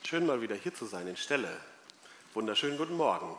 Schön mal wieder hier zu sein in Stelle. Wunderschönen guten Morgen.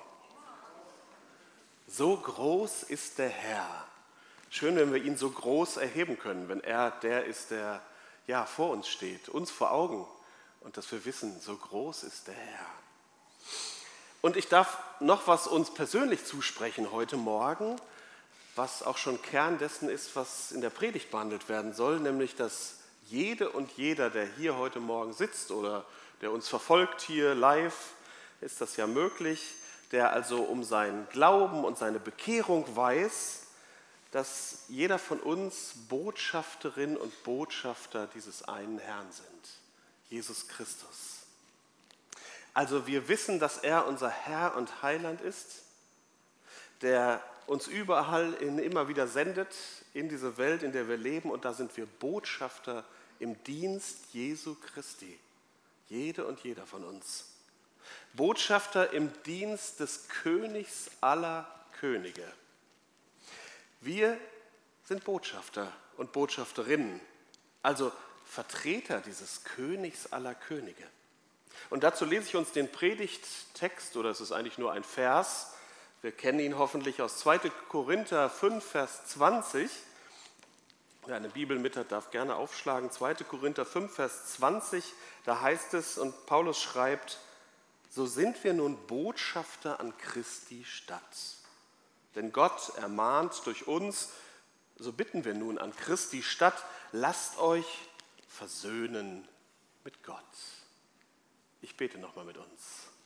So groß ist der Herr. Schön, wenn wir ihn so groß erheben können, wenn er der ist, der vor uns steht, uns vor Augen. Und dass wir wissen, so groß ist der Herr. Und ich darf noch was uns persönlich zusprechen heute Morgen, was auch schon Kern dessen ist, was in der Predigt behandelt werden soll, nämlich, dass jede und jeder, der hier heute Morgen sitzt oder der uns verfolgt hier live, ist das ja möglich, der also um seinen Glauben und seine Bekehrung weiß, dass jeder von uns Botschafterin und Botschafter dieses einen Herrn sind, Jesus Christus. Also wir wissen, dass er unser Herr und Heiland ist, der uns überall immer wieder sendet in diese Welt, in der wir leben, und da sind wir Botschafter im Dienst Jesu Christi. Jede und jeder von uns. Botschafter im Dienst des Königs aller Könige. Wir sind Botschafter und Botschafterinnen, also Vertreter dieses Königs aller Könige. Und dazu lese ich uns den Predigttext, oder es ist eigentlich nur ein Vers. Wir kennen ihn hoffentlich aus 2. Korinther 5, Vers 20. Wer eine Bibel mit hat, darf gerne aufschlagen. 2. Korinther 5, Vers 20, da heißt es, und Paulus schreibt: So sind wir nun Botschafter an Christi Stadt. Denn Gott ermahnt durch uns, so bitten wir nun an Christi Stadt, lasst euch versöhnen mit Gott. Ich bete nochmal mit uns.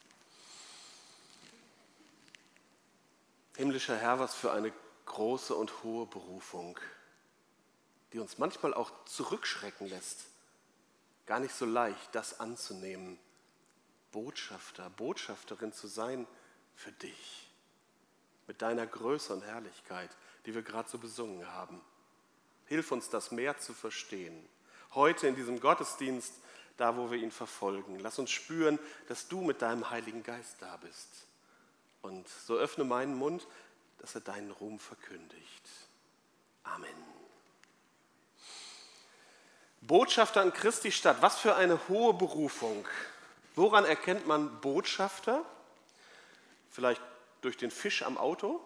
Himmlischer Herr, was für eine große und hohe Berufung, die uns manchmal auch zurückschrecken lässt. Gar nicht so leicht, das anzunehmen, Botschafter, Botschafterin zu sein für dich. Mit deiner Größe und Herrlichkeit, die wir gerade so besungen haben. Hilf uns, das mehr zu verstehen. Heute in diesem Gottesdienst, da wo wir ihn verfolgen. Lass uns spüren, dass du mit deinem Heiligen Geist da bist. Und so öffne meinen Mund, dass er deinen Ruhm verkündigt. Amen. Botschafter an Christi Stadt, was für eine hohe Berufung. Woran erkennt man Botschafter? Vielleicht durch den Fisch am Auto?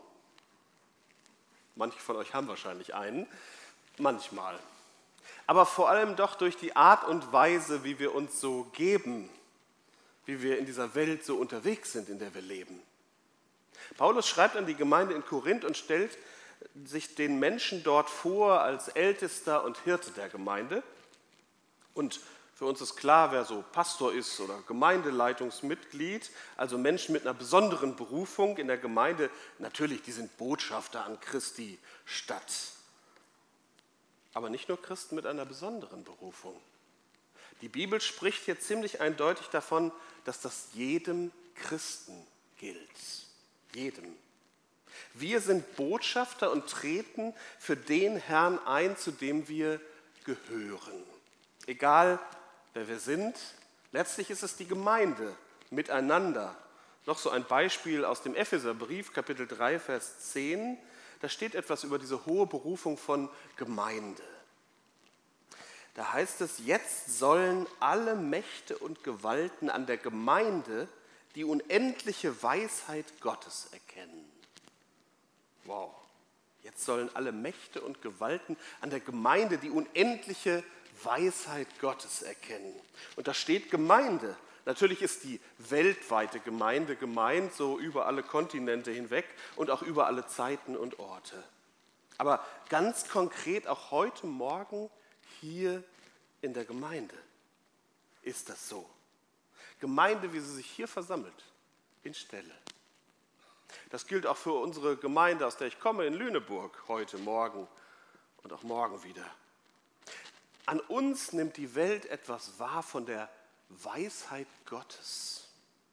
Manche von euch haben wahrscheinlich einen, manchmal. Aber vor allem doch durch die Art und Weise, wie wir uns so geben, wie wir in dieser Welt so unterwegs sind, in der wir leben. Paulus schreibt an die Gemeinde in Korinth und stellt sich den Menschen dort vor als Ältester und Hirte der Gemeinde. Und für uns ist klar, wer so Pastor ist oder Gemeindeleitungsmitglied, also Menschen mit einer besonderen Berufung in der Gemeinde, natürlich, die sind Botschafter an Christi Stadt. Aber nicht nur Christen mit einer besonderen Berufung. Die Bibel spricht hier ziemlich eindeutig davon, dass das jedem Christen gilt. Jedem. Wir sind Botschafter und treten für den Herrn ein, zu dem wir gehören. Egal, wer wir sind, letztlich ist es die Gemeinde miteinander. Noch so ein Beispiel aus dem Epheserbrief, Kapitel 3, Vers 10. Da steht etwas über diese hohe Berufung von Gemeinde. Da heißt es, jetzt sollen alle Mächte und Gewalten an der Gemeinde die unendliche Weisheit Gottes erkennen. Wow, jetzt sollen alle Mächte und Gewalten an der Gemeinde die unendliche Weisheit Gottes erkennen. Und da steht Gemeinde. Natürlich ist die weltweite Gemeinde gemeint, so über alle Kontinente hinweg und auch über alle Zeiten und Orte. Aber ganz konkret auch heute Morgen hier in der Gemeinde ist das so. Gemeinde, wie sie sich hier versammelt, in Stelle. Das gilt auch für unsere Gemeinde, aus der ich komme, in Lüneburg, heute Morgen und auch morgen wieder. An uns nimmt die Welt etwas wahr von der Weisheit Gottes.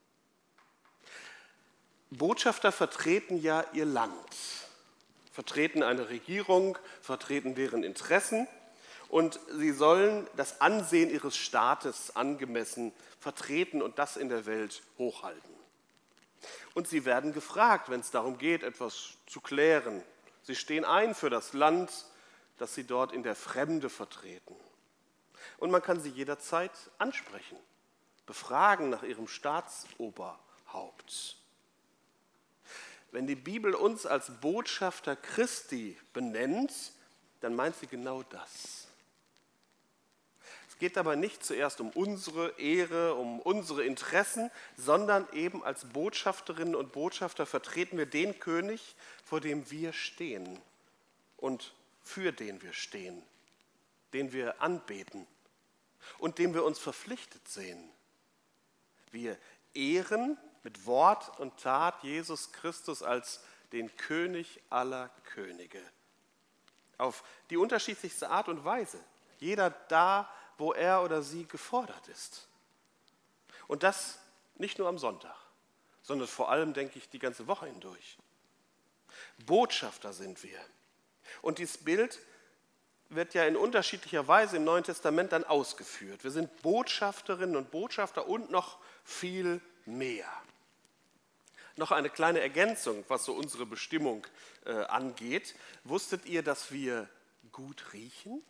Botschafter vertreten ja ihr Land, vertreten eine Regierung, vertreten deren Interessen und sie sollen das Ansehen ihres Staates angemessen vertreten und das in der Welt hochhalten. Und sie werden gefragt, wenn es darum geht, etwas zu klären. Sie stehen ein für das Land, das sie dort in der Fremde vertreten. Und man kann sie jederzeit ansprechen. befragen nach ihrem Staatsoberhaupt. Wenn die Bibel uns als Botschafter Christi benennt, dann meint sie genau das. Es geht dabei nicht zuerst um unsere Ehre, um unsere Interessen, sondern eben als Botschafterinnen und Botschafter vertreten wir den König, vor dem wir stehen und für den wir stehen, den wir anbeten und dem wir uns verpflichtet sehen. Wir ehren mit Wort und Tat Jesus Christus als den König aller Könige. Auf die unterschiedlichste Art und Weise. Jeder da, wo er oder sie gefordert ist. Und das nicht nur am Sonntag, sondern vor allem, denke ich, die ganze Woche hindurch. Botschafter sind wir. Und dieses Bild wird ja in unterschiedlicher Weise im Neuen Testament dann ausgeführt. Wir sind Botschafterinnen und Botschafter und noch viel mehr. Noch eine kleine Ergänzung, was so unsere Bestimmung angeht. Wusstet ihr, dass wir gut riechen?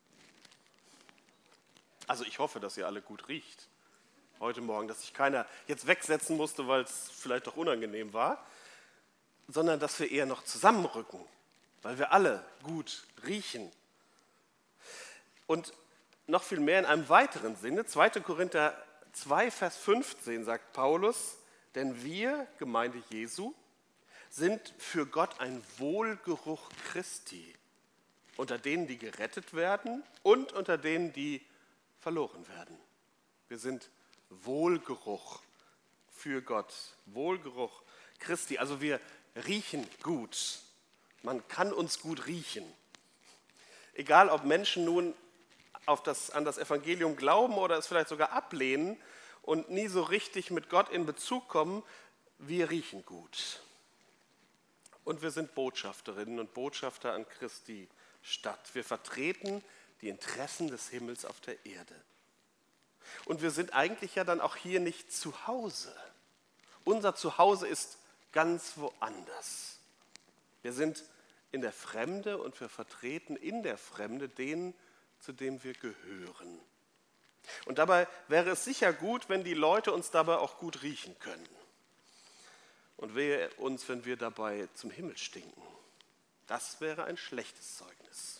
Also ich hoffe, dass ihr alle gut riecht heute Morgen, dass sich keiner jetzt wegsetzen musste, weil es vielleicht doch unangenehm war, sondern dass wir eher noch zusammenrücken, weil wir alle gut riechen. Und noch viel mehr in einem weiteren Sinne, 2. Korinther 2, Vers 15 sagt Paulus, denn wir, Gemeinde Jesu, sind für Gott ein Wohlgeruch Christi, unter denen, die gerettet werden und unter denen, die verloren werden. Wir sind Wohlgeruch für Gott, Wohlgeruch Christi. Also wir riechen gut. Man kann uns gut riechen. Egal, ob Menschen nun an das Evangelium glauben oder es vielleicht sogar ablehnen und nie so richtig mit Gott in Bezug kommen, wir riechen gut. Und wir sind Botschafterinnen und Botschafter an Christi Stadt. Wir vertreten die Interessen des Himmels auf der Erde. Und wir sind eigentlich ja dann auch hier nicht zu Hause. Unser Zuhause ist ganz woanders. Wir sind in der Fremde und wir vertreten in der Fremde den, zu dem wir gehören. Und dabei wäre es sicher gut, wenn die Leute uns dabei auch gut riechen können. Und wehe uns, wenn wir dabei zum Himmel stinken. Das wäre ein schlechtes Zeugnis.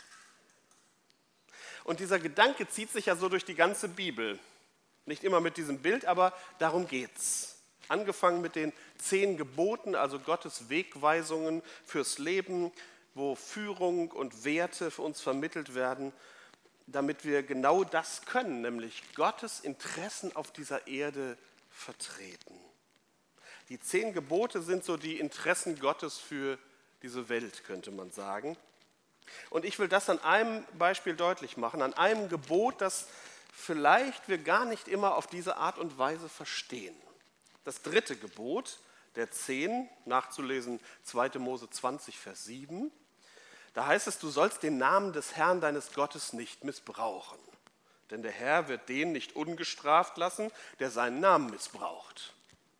Und dieser Gedanke zieht sich ja so durch die ganze Bibel. Nicht immer mit diesem Bild, aber darum geht's. Angefangen mit den 10 Geboten, also Gottes Wegweisungen fürs Leben, wo Führung und Werte für uns vermittelt werden, damit wir genau das können, nämlich Gottes Interessen auf dieser Erde vertreten. Die 10 Gebote sind so die Interessen Gottes für diese Welt, könnte man sagen. Und ich will das an einem Beispiel deutlich machen, an einem Gebot, das vielleicht wir gar nicht immer auf diese Art und Weise verstehen. Das 3. Gebot der 10, nachzulesen 2. Mose 20, Vers 7, da heißt es, du sollst den Namen des Herrn deines Gottes nicht missbrauchen. Denn der Herr wird den nicht ungestraft lassen, der seinen Namen missbraucht.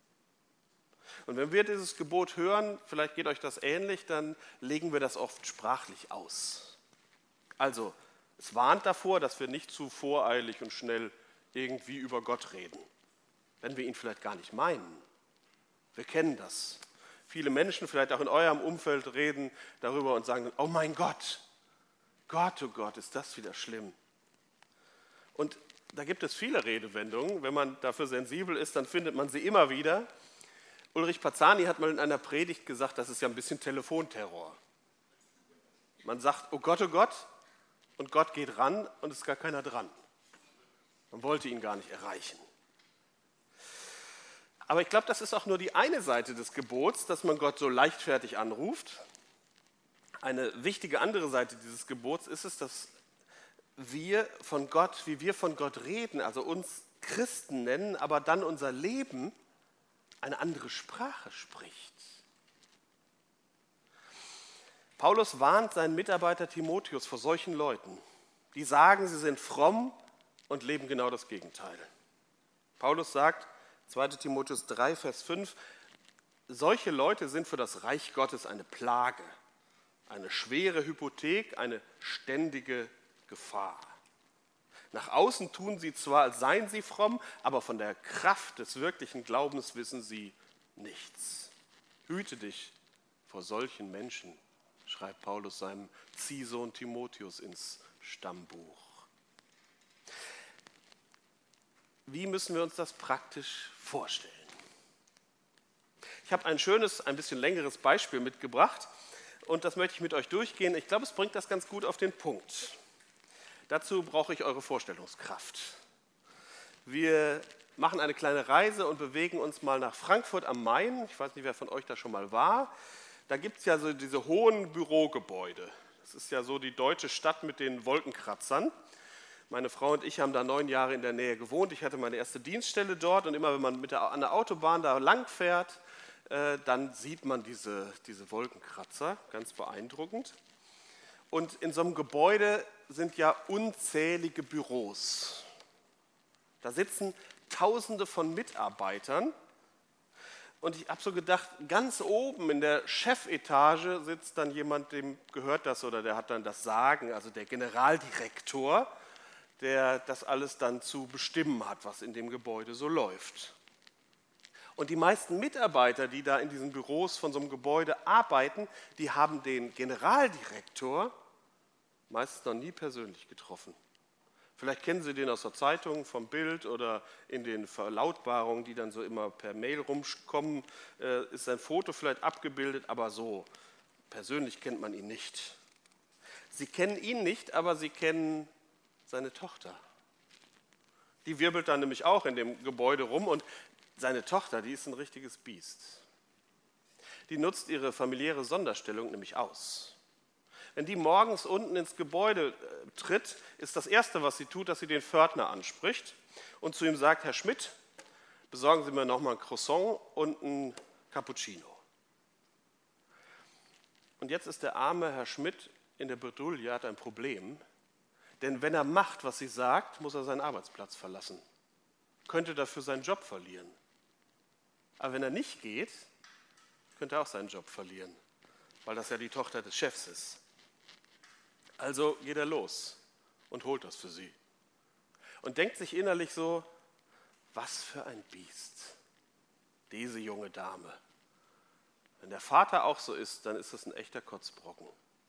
Und wenn wir dieses Gebot hören, vielleicht geht euch das ähnlich, dann legen wir das oft sprachlich aus. Also, es warnt davor, dass wir nicht zu voreilig und schnell irgendwie über Gott reden, wenn wir ihn vielleicht gar nicht meinen. Wir kennen das. Viele Menschen, vielleicht auch in eurem Umfeld, reden darüber und sagen, oh mein Gott, Gott, oh Gott, ist das wieder schlimm. Und da gibt es viele Redewendungen. Wenn man dafür sensibel ist, dann findet man sie immer wieder. Ulrich Pazani hat mal in einer Predigt gesagt, das ist ja ein bisschen Telefonterror. Man sagt, oh Gott, und Gott geht ran und es ist gar keiner dran. Man wollte ihn gar nicht erreichen. Aber ich glaube, das ist auch nur die eine Seite des Gebots, dass man Gott so leichtfertig anruft. Eine wichtige andere Seite dieses Gebots ist es, dass wir von Gott, wie wir von Gott reden, also uns Christen nennen, aber dann unser Leben eine andere Sprache spricht. Paulus warnt seinen Mitarbeiter Timotheus vor solchen Leuten, die sagen, sie sind fromm und leben genau das Gegenteil. Paulus sagt, 2. Timotheus 3, Vers 5, solche Leute sind für das Reich Gottes eine Plage, eine schwere Hypothek, eine ständige Gefahr. Nach außen tun sie zwar, als seien sie fromm, aber von der Kraft des wirklichen Glaubens wissen sie nichts. Hüte dich vor solchen Menschen, schreibt Paulus seinem Ziehsohn Timotheus ins Stammbuch. Wie müssen wir uns das praktisch vorstellen? Ich habe ein schönes, ein bisschen längeres Beispiel mitgebracht und das möchte ich mit euch durchgehen. Ich glaube, es bringt das ganz gut auf den Punkt. Dazu brauche ich eure Vorstellungskraft. Wir machen eine kleine Reise und bewegen uns mal nach Frankfurt am Main. Ich weiß nicht, wer von euch da schon mal war. Da gibt es ja so diese hohen Bürogebäude. Das ist ja so die deutsche Stadt mit den Wolkenkratzern. Meine Frau und ich haben da 9 Jahre in der Nähe gewohnt. Ich hatte meine erste Dienststelle dort und immer wenn man an der Autobahn da lang fährt, dann sieht man diese Wolkenkratzer, ganz beeindruckend. Und in so einem Gebäude sind ja unzählige Büros. Da sitzen Tausende von Mitarbeitern. Und ich habe so gedacht, ganz oben in der Chefetage sitzt dann jemand, dem gehört das oder der hat dann das Sagen, also der Generaldirektor, der das alles dann zu bestimmen hat, was in dem Gebäude so läuft. Und die meisten Mitarbeiter, die da in diesen Büros von so einem Gebäude arbeiten, die haben den Generaldirektor meistens noch nie persönlich getroffen. Vielleicht kennen Sie den aus der Zeitung, vom Bild oder in den Verlautbarungen, die dann so immer per Mail rumkommen, ist sein Foto vielleicht abgebildet, aber so persönlich kennt man ihn nicht. Sie kennen ihn nicht, aber Sie kennen seine Tochter. Die wirbelt dann nämlich auch in dem Gebäude rum und seine Tochter, die ist ein richtiges Biest. Die nutzt ihre familiäre Sonderstellung nämlich aus. Wenn die morgens unten ins Gebäude tritt, ist das Erste, was sie tut, dass sie den Pförtner anspricht und zu ihm sagt, Herr Schmidt, besorgen Sie mir nochmal ein Croissant und ein Cappuccino. Und jetzt ist der arme Herr Schmidt in der Bredouille, hat ein Problem, denn wenn er macht, was sie sagt, muss er seinen Arbeitsplatz verlassen, könnte dafür seinen Job verlieren. Aber wenn er nicht geht, könnte er auch seinen Job verlieren, weil das ja die Tochter des Chefs ist. Also geht er los und holt das für sie. Und denkt sich innerlich so, was für ein Biest, diese junge Dame. Wenn der Vater auch so ist, dann ist das ein echter Kotzbrocken.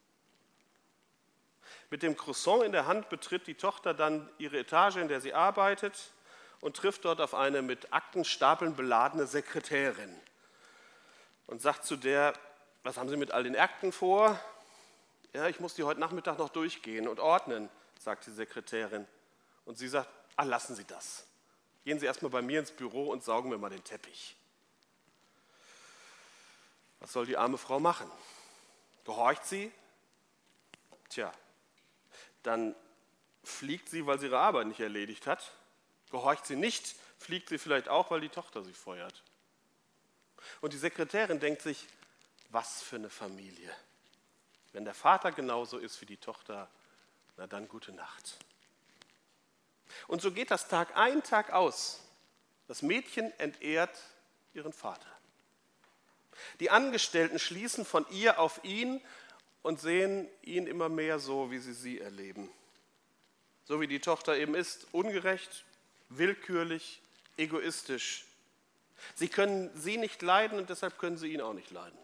Mit dem Croissant in der Hand betritt die Tochter dann ihre Etage, in der sie arbeitet und trifft dort auf eine mit Aktenstapeln beladene Sekretärin und sagt zu der, was haben Sie mit all den Akten vor? Ja, ich muss die heute Nachmittag noch durchgehen und ordnen, sagt die Sekretärin. Und sie sagt, lassen Sie das. Gehen Sie erstmal bei mir ins Büro und saugen mir mal den Teppich. Was soll die arme Frau machen? Gehorcht sie? Tja, dann fliegt sie, weil sie ihre Arbeit nicht erledigt hat. Gehorcht sie nicht, fliegt sie vielleicht auch, weil die Tochter sie feuert. Und die Sekretärin denkt sich, was für eine Familie. Wenn der Vater genauso ist wie die Tochter, na dann gute Nacht. Und so geht das Tag ein, Tag aus. Das Mädchen entehrt ihren Vater. Die Angestellten schließen von ihr auf ihn und sehen ihn immer mehr so, wie sie erleben. So wie die Tochter eben ist, ungerecht, willkürlich, egoistisch. Sie können sie nicht leiden und deshalb können sie ihn auch nicht leiden.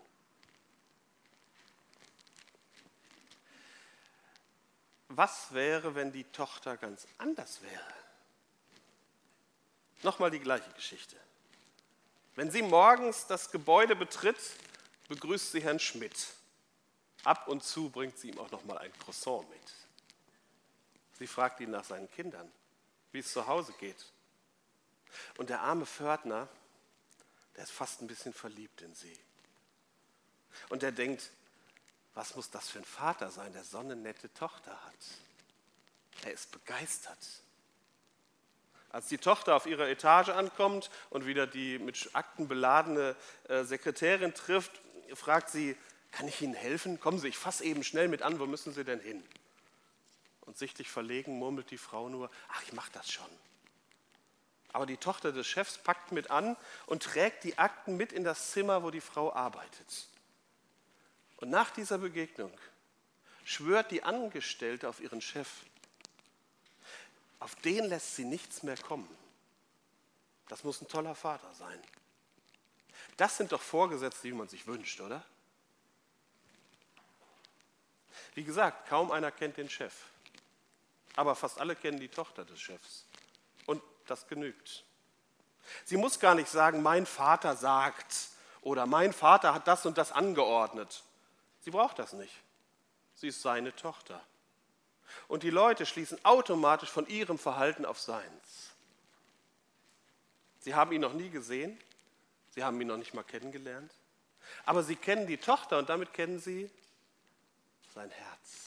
Was wäre, wenn die Tochter ganz anders wäre? Nochmal die gleiche Geschichte. Wenn sie morgens das Gebäude betritt, begrüßt sie Herrn Schmidt. Ab und zu bringt sie ihm auch nochmal ein Croissant mit. Sie fragt ihn nach seinen Kindern, wie es zu Hause geht. Und der arme Pförtner, der ist fast ein bisschen verliebt in sie. Und er denkt, was muss das für ein Vater sein, der so eine nette Tochter hat? Er ist begeistert. Als die Tochter auf ihrer Etage ankommt und wieder die mit Akten beladene Sekretärin trifft, fragt sie, kann ich Ihnen helfen? Kommen Sie, ich fasse eben schnell mit an, wo müssen Sie denn hin? Und sichtlich verlegen murmelt die Frau nur, ach, ich mache das schon. Aber die Tochter des Chefs packt mit an und trägt die Akten mit in das Zimmer, wo die Frau arbeitet. Und nach dieser Begegnung schwört die Angestellte auf ihren Chef, Auf den lässt sie nichts mehr kommen. Das muss ein toller Vater sein. Das sind doch Vorgesetzte, die man sich wünscht, oder? Wie gesagt, kaum einer kennt den Chef. Aber fast alle kennen die Tochter des Chefs. Und das genügt. Sie muss gar nicht sagen, mein Vater sagt oder mein Vater hat das und das angeordnet. Sie braucht das nicht. Sie ist seine Tochter. Und die Leute schließen automatisch von ihrem Verhalten auf seins. Sie haben ihn noch nie gesehen, sie haben ihn noch nicht mal kennengelernt, aber sie kennen die Tochter und damit kennen sie sein Herz.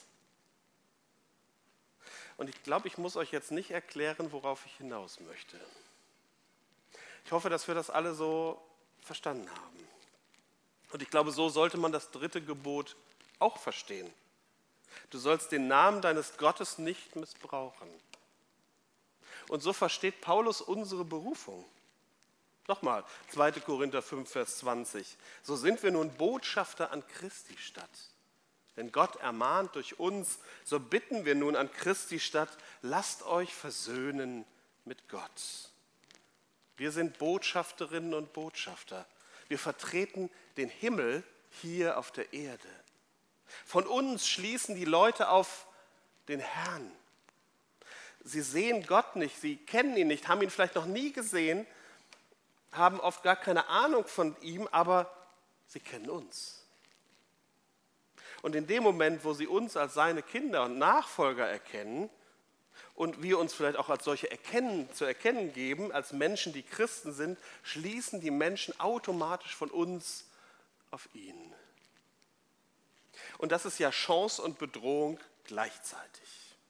Und ich glaube, ich muss euch jetzt nicht erklären, worauf ich hinaus möchte. Ich hoffe, dass wir das alle so verstanden haben. Und ich glaube, so sollte man das 3. Gebot auch verstehen. Du sollst den Namen deines Gottes nicht missbrauchen. Und so versteht Paulus unsere Berufung. Nochmal, 2. Korinther 5, Vers 20. So sind wir nun Botschafter an Christi statt. Wenn Gott ermahnt durch uns, so bitten wir nun an Christi statt, lasst euch versöhnen mit Gott. Wir sind Botschafterinnen und Botschafter. Wir vertreten den Himmel hier auf der Erde. Von uns schließen die Leute auf den Herrn. Sie sehen Gott nicht, sie kennen ihn nicht, haben ihn vielleicht noch nie gesehen, haben oft gar keine Ahnung von ihm, aber sie kennen uns. Und in dem Moment, wo sie uns als seine Kinder und Nachfolger erkennen und wir uns vielleicht auch als solche zu erkennen geben, als Menschen, die Christen sind, schließen die Menschen automatisch von uns auf ihn. Und das ist ja Chance und Bedrohung gleichzeitig.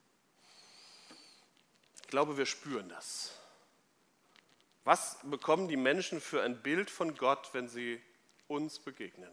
Ich glaube, wir spüren das. Was bekommen die Menschen für ein Bild von Gott, wenn sie uns begegnen?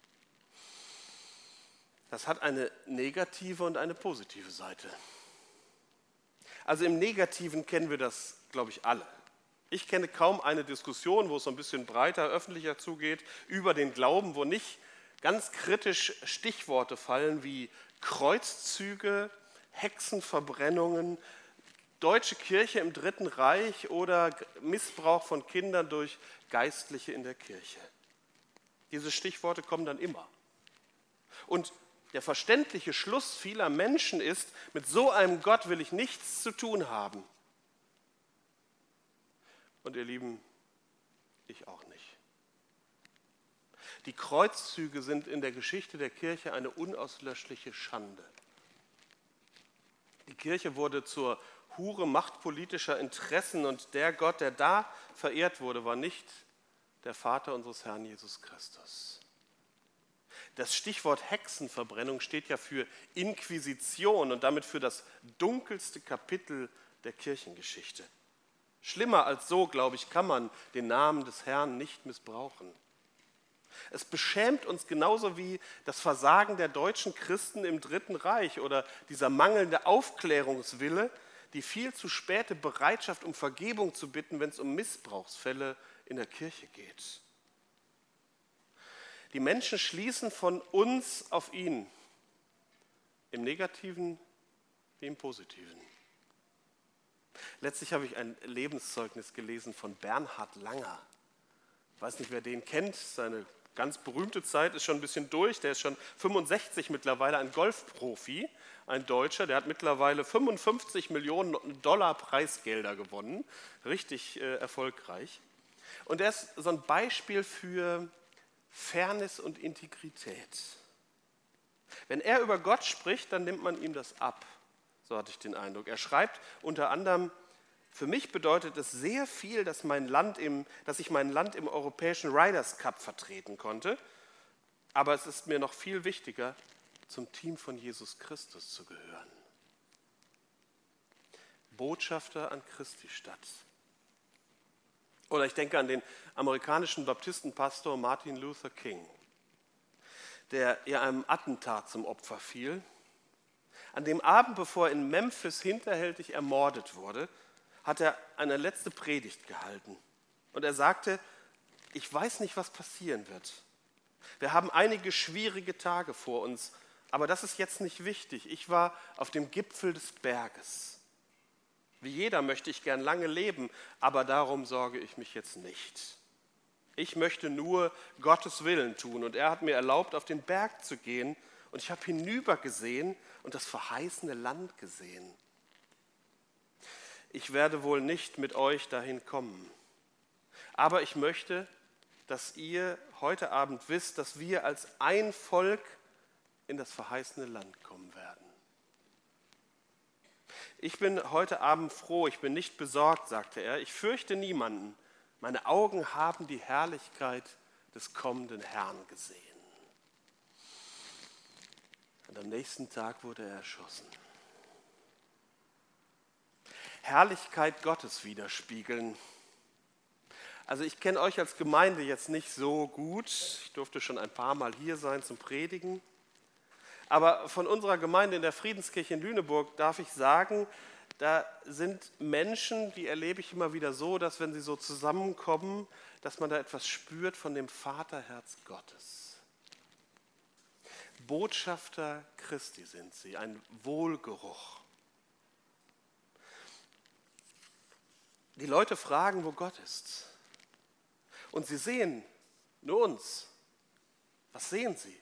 Das hat eine negative und eine positive Seite. Also im Negativen kennen wir das, glaube ich, alle. Ich kenne kaum eine Diskussion, wo es so ein bisschen breiter, öffentlicher zugeht, über den Glauben, wo nicht ganz kritisch Stichworte fallen wie Kreuzzüge, Hexenverbrennungen, Deutsche Kirche im Dritten Reich oder Missbrauch von Kindern durch Geistliche in der Kirche. Diese Stichworte kommen dann immer. Und der verständliche Schluss vieler Menschen ist, mit so einem Gott will ich nichts zu tun haben. Und ihr Lieben, ich auch nicht. Die Kreuzzüge sind in der Geschichte der Kirche eine unauslöschliche Schande. Die Kirche wurde zur Hure machtpolitischer Interessen und der Gott, der da verehrt wurde, war nicht der Vater unseres Herrn Jesus Christus. Das Stichwort Hexenverbrennung steht ja für Inquisition und damit für das dunkelste Kapitel der Kirchengeschichte. Schlimmer als so, glaube ich, kann man den Namen des Herrn nicht missbrauchen. Es beschämt uns genauso wie das Versagen der deutschen Christen im Dritten Reich oder dieser mangelnde Aufklärungswille, die viel zu späte Bereitschaft, um Vergebung zu bitten, wenn es um Missbrauchsfälle in der Kirche geht. Die Menschen schließen von uns auf ihn, im Negativen wie im Positiven. Letztlich habe ich ein Lebenszeugnis gelesen von Bernhard Langer. Ich weiß nicht, wer den kennt, seine ganz berühmte Zeit ist schon ein bisschen durch, der ist schon 65 mittlerweile, ein Golfprofi, ein Deutscher, der hat mittlerweile 55 Millionen Dollar Preisgelder gewonnen, richtig erfolgreich. Und er ist so ein Beispiel für Fairness und Integrität. Wenn er über Gott spricht, dann nimmt man ihm das ab, so hatte ich den Eindruck. Er schreibt unter anderem, für mich bedeutet es sehr viel, dass ich mein Land im europäischen Riders Cup vertreten konnte. Aber es ist mir noch viel wichtiger, zum Team von Jesus Christus zu gehören. Botschafter an Christi statt. Oder ich denke an den amerikanischen Baptistenpastor Martin Luther King, der einem Attentat zum Opfer fiel. An dem Abend, bevor er in Memphis hinterhältig ermordet wurde, hat er eine letzte Predigt gehalten. Und er sagte, ich weiß nicht, was passieren wird. Wir haben einige schwierige Tage vor uns, aber das ist jetzt nicht wichtig. Ich war auf dem Gipfel des Berges. Wie jeder möchte ich gern lange leben, aber darum sorge ich mich jetzt nicht. Ich möchte nur Gottes Willen tun und er hat mir erlaubt, auf den Berg zu gehen und ich habe hinübergesehen und das verheißene Land gesehen. Ich werde wohl nicht mit euch dahin kommen, aber ich möchte, dass ihr heute Abend wisst, dass wir als ein Volk in das verheißene Land kommen werden. Ich bin heute Abend froh, ich bin nicht besorgt, sagte er, ich fürchte niemanden. Meine Augen haben die Herrlichkeit des kommenden Herrn gesehen. Und am nächsten Tag wurde er erschossen. Herrlichkeit Gottes widerspiegeln. Also ich kenne euch als Gemeinde jetzt nicht so gut. Ich durfte schon ein paar Mal hier sein zum Predigen. Aber von unserer Gemeinde in der Friedenskirche in Lüneburg darf ich sagen, da sind Menschen, die erlebe ich immer wieder so, dass wenn sie so zusammenkommen, dass man da etwas spürt von dem Vaterherz Gottes. Botschafter Christi sind sie, ein Wohlgeruch. Die Leute fragen, wo Gott ist. Und sie sehen nur uns. Was sehen sie?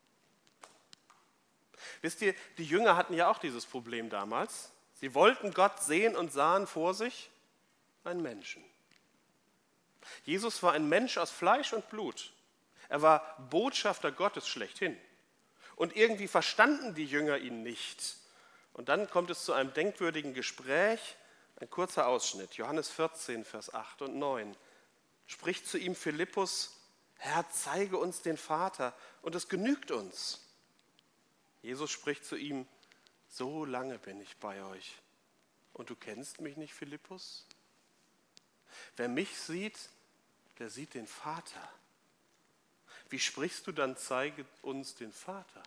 Wisst ihr, die Jünger hatten ja auch dieses Problem damals. Sie wollten Gott sehen und sahen vor sich einen Menschen. Jesus war ein Mensch aus Fleisch und Blut. Er war Botschafter Gottes schlechthin. Und irgendwie verstanden die Jünger ihn nicht. Und dann kommt es zu einem denkwürdigen Gespräch, ein kurzer Ausschnitt, Johannes 14, Vers 8 und 9. Spricht zu ihm Philippus, Herr, zeige uns den Vater, und es genügt uns. Jesus spricht zu ihm, so lange bin ich bei euch, und du kennst mich nicht, Philippus? Wer mich sieht, der sieht den Vater. Wie sprichst du dann, zeige uns den Vater?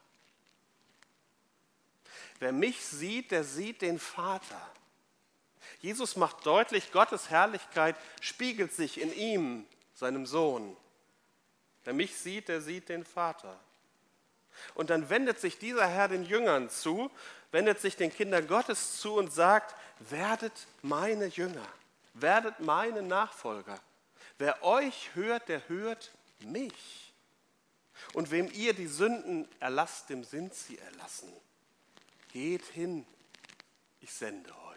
Wer mich sieht, der sieht den Vater. Jesus macht deutlich, Gottes Herrlichkeit spiegelt sich in ihm, seinem Sohn. Wer mich sieht, der sieht den Vater. Und dann wendet sich dieser Herr den Jüngern zu, wendet sich den Kindern Gottes zu und sagt, werdet meine Jünger, werdet meine Nachfolger. Wer euch hört, der hört mich. Und wem ihr die Sünden erlasst, dem sind sie erlassen. Geht hin, ich sende euch.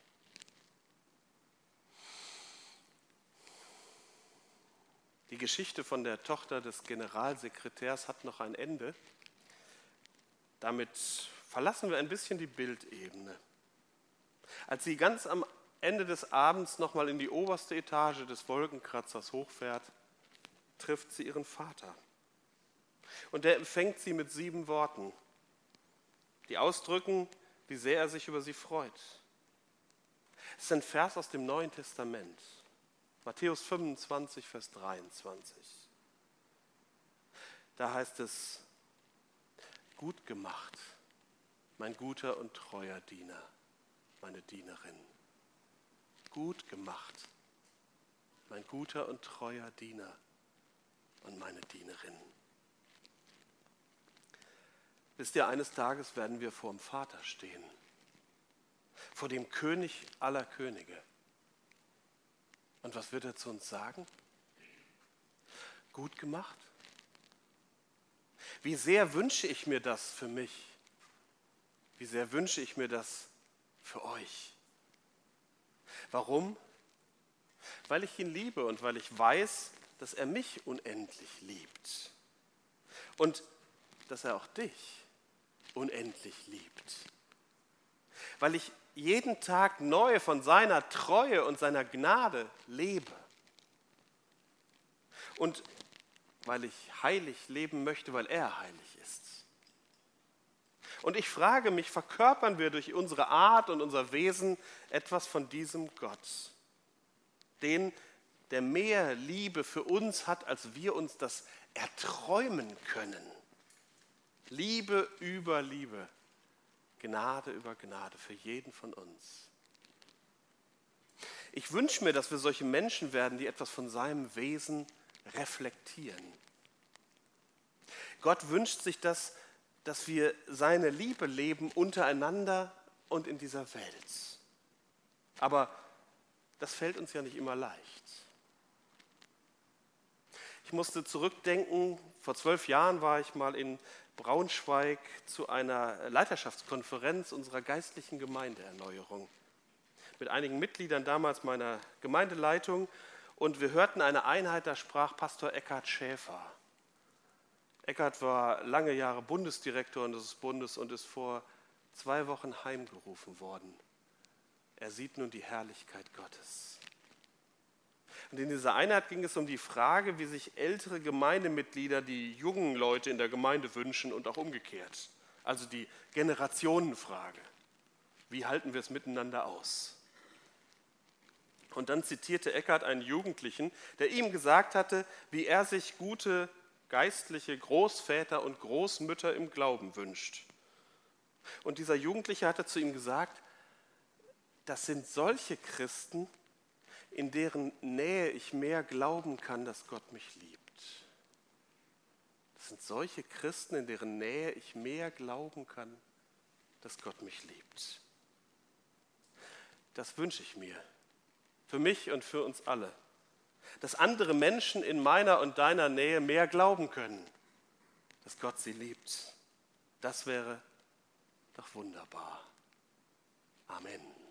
Die Geschichte von der Tochter des Generalsekretärs hat noch ein Ende. Damit verlassen wir ein bisschen die Bildebene. Als sie ganz am Ende des Abends nochmal in die oberste Etage des Wolkenkratzers hochfährt, trifft sie ihren Vater. Und der empfängt sie mit 7 Worten, die ausdrücken, wie sehr er sich über sie freut. Es ist ein Vers aus dem Neuen Testament, Matthäus 25, Vers 23. Da heißt es, gut gemacht, mein guter und treuer Diener, meine Dienerin. Gut gemacht, mein guter und treuer Diener und meine Dienerin. Wisst ihr, eines Tages werden wir vor dem Vater stehen, vor dem König aller Könige. Und was wird er zu uns sagen? Gut gemacht? Wie sehr wünsche ich mir das für mich? Wie sehr wünsche ich mir das für euch? Warum? Weil ich ihn liebe und weil ich weiß, dass er mich unendlich liebt. Und dass er auch dich unendlich liebt. Weil ich jeden Tag neu von seiner Treue und seiner Gnade lebe. Und weil ich heilig leben möchte, weil er heilig ist. Und ich frage mich, verkörpern wir durch unsere Art und unser Wesen etwas von diesem Gott? Den, der mehr Liebe für uns hat, als wir uns das erträumen können. Liebe über Liebe, Gnade über Gnade für jeden von uns. Ich wünsche mir, dass wir solche Menschen werden, die etwas von seinem Wesen reflektieren. Gott wünscht sich das, dass wir seine Liebe leben untereinander und in dieser Welt. Aber das fällt uns ja nicht immer leicht. Ich musste zurückdenken, vor 12 Jahren war ich mal in Braunschweig zu einer Leiterschaftskonferenz unserer geistlichen Gemeindeerneuerung. Mit einigen Mitgliedern damals meiner Gemeindeleitung und wir hörten eine Einheit, da sprach Pastor Eckhard Schäfer. Eckhard war lange Jahre Bundesdirektor unseres Bundes und ist vor 2 Wochen heimgerufen worden. Er sieht nun die Herrlichkeit Gottes. Und in dieser Einheit ging es um die Frage, wie sich ältere Gemeindemitglieder die jungen Leute in der Gemeinde wünschen und auch umgekehrt. Also die Generationenfrage. Wie halten wir es miteinander aus? Und dann zitierte Eckhard einen Jugendlichen, der ihm gesagt hatte, wie er sich gute geistliche Großväter und Großmütter im Glauben wünscht. Und dieser Jugendliche hatte zu ihm gesagt, das sind solche Christen, in deren Nähe ich mehr glauben kann, dass Gott mich liebt. Das sind solche Christen, in deren Nähe ich mehr glauben kann, dass Gott mich liebt. Das wünsche ich mir, für mich und für uns alle, dass andere Menschen in meiner und deiner Nähe mehr glauben können, dass Gott sie liebt. Das wäre doch wunderbar. Amen.